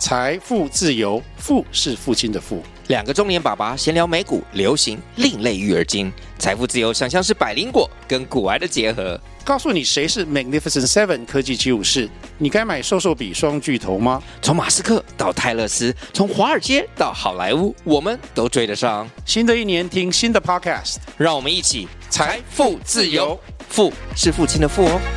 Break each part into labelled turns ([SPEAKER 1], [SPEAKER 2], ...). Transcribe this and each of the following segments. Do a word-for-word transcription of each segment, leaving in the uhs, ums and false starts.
[SPEAKER 1] 财富自由，富是父亲的富。
[SPEAKER 2] 两个中年爸爸闲聊美股、流行、另类育儿经，财富自由想象是百灵果跟股癌的结合。
[SPEAKER 1] 告诉你谁是 Magnificent Seven 科技七武士，你该买瘦瘦比双巨头吗？
[SPEAKER 2] 从马斯克到泰勒斯，从华尔街到好莱坞，我们都追得上。
[SPEAKER 1] 新的一年听新的 Podcast，
[SPEAKER 2] 让我们一起
[SPEAKER 1] 财富自由，
[SPEAKER 2] 富是父亲的富哦。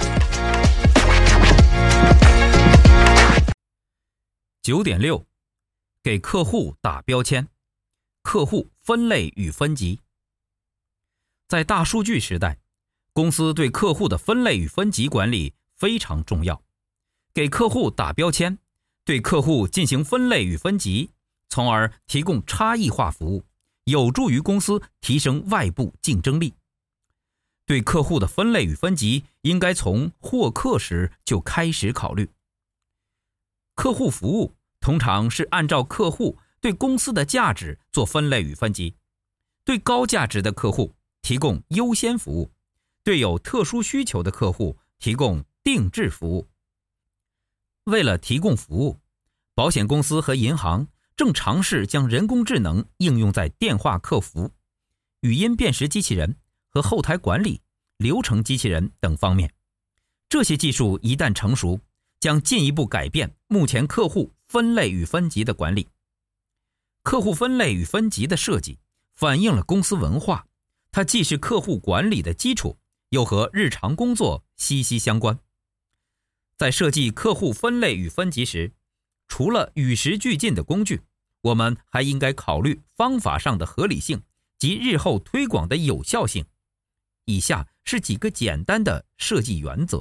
[SPEAKER 3] 九点六，给客户打标签，客户分类与分级。在大数据时代，公司对客户的分类与分级管理非常重要。给客户打标签，对客户进行分类与分级，从而提供差异化服务，有助于公司提升外部竞争力。对客户的分类与分级应该从获客时就开始考虑。客户服务通常是按照客户对公司的价值做分类与分级，对高价值的客户提供优先服务，对有特殊需求的客户提供定制服务。为了提供服务，保险公司和银行正尝试将人工智能应用在电话客服、语音辨识机器人和后台管理、流程机器人等方面。这些技术一旦成熟，将进一步改变目前客户分类与分级的管理。客户分类与分级的设计反映了公司文化，它既是客户管理的基础，又和日常工作息息相关。在设计客户分类与分级时，除了与时俱进的工具，我们还应该考虑方法上的合理性及日后推广的有效性。以下是几个简单的设计原则。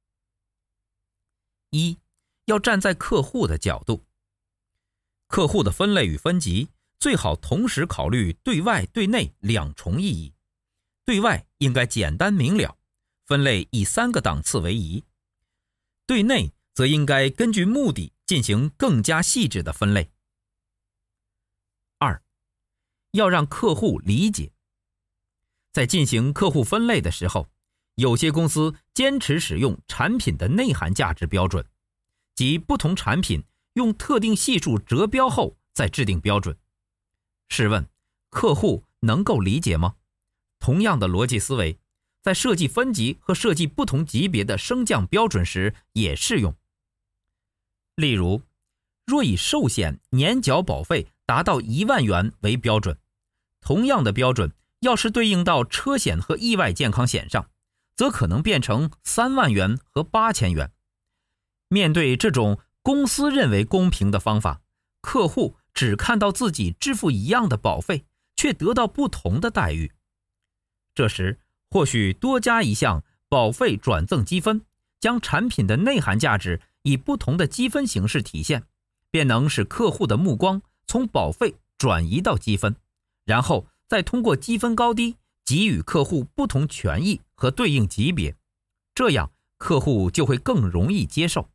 [SPEAKER 3] 一，要站在客户的角度。客户的分类与分级最好同时考虑对外对内两重意义。对外应该简单明了，分类以三个档次为宜；对内则应该根据目的进行更加细致的分类。二，要让客户理解。在进行客户分类的时候，有些公司坚持使用产品的内涵价值标准，即不同产品用特定系数折标后再制定标准。试问，客户能够理解吗？同样的逻辑思维，在设计分级和设计不同级别的升降标准时也适用。例如，若以寿险年缴保费达到一万元为标准，同样的标准要是对应到车险和意外健康险上，则可能变成三万元和八千元。面对这种公司认为公平的方法，客户只看到自己支付一样的保费，却得到不同的待遇。这时，或许多加一项保费转赠积分，将产品的内涵价值以不同的积分形式体现，便能使客户的目光从保费转移到积分，然后再通过积分高低给予客户不同权益和对应级别，这样客户就会更容易接受。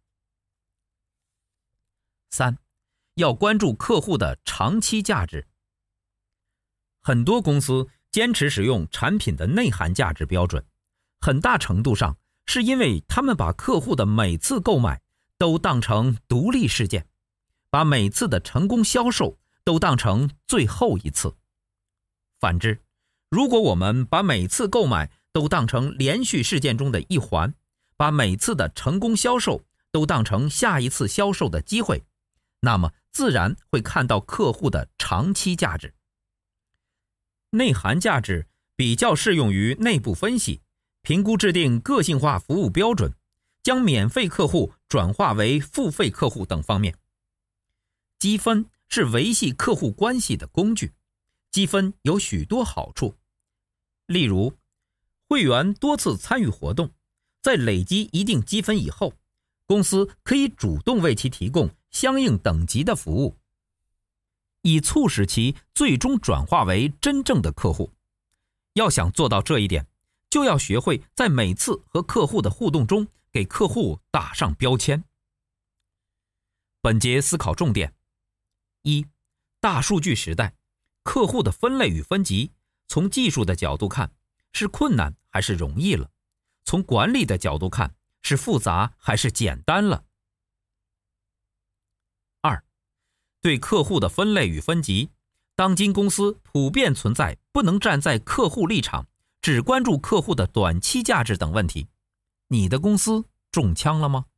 [SPEAKER 3] 三，要关注客户的长期价值。很多公司坚持使用产品的内涵价值标准，很大程度上是因为他们把客户的每次购买都当成独立事件，把每次的成功销售都当成最后一次。反之，如果我们把每次购买都当成连续事件中的一环，把每次的成功销售都当成下一次销售的机会，那么自然会看到客户的长期价值。内涵价值比较适用于内部分析、评估制定个性化服务标准、将免费客户转化为付费客户等方面。积分是维系客户关系的工具，积分有许多好处。例如，会员多次参与活动，在累积一定积分以后，公司可以主动为其提供相应等级的服务，以促使其最终转化为真正的客户。要想做到这一点，就要学会在每次和客户的互动中给客户打上标签。本节思考重点：一、大数据时代，客户的分类与分级，从技术的角度看，是困难还是容易了？从管理的角度看，是复杂还是简单了？二、 对客户的分类与分级，当今公司普遍存在不能站在客户立场，只关注客户的短期价值等问题。你的公司中枪了吗？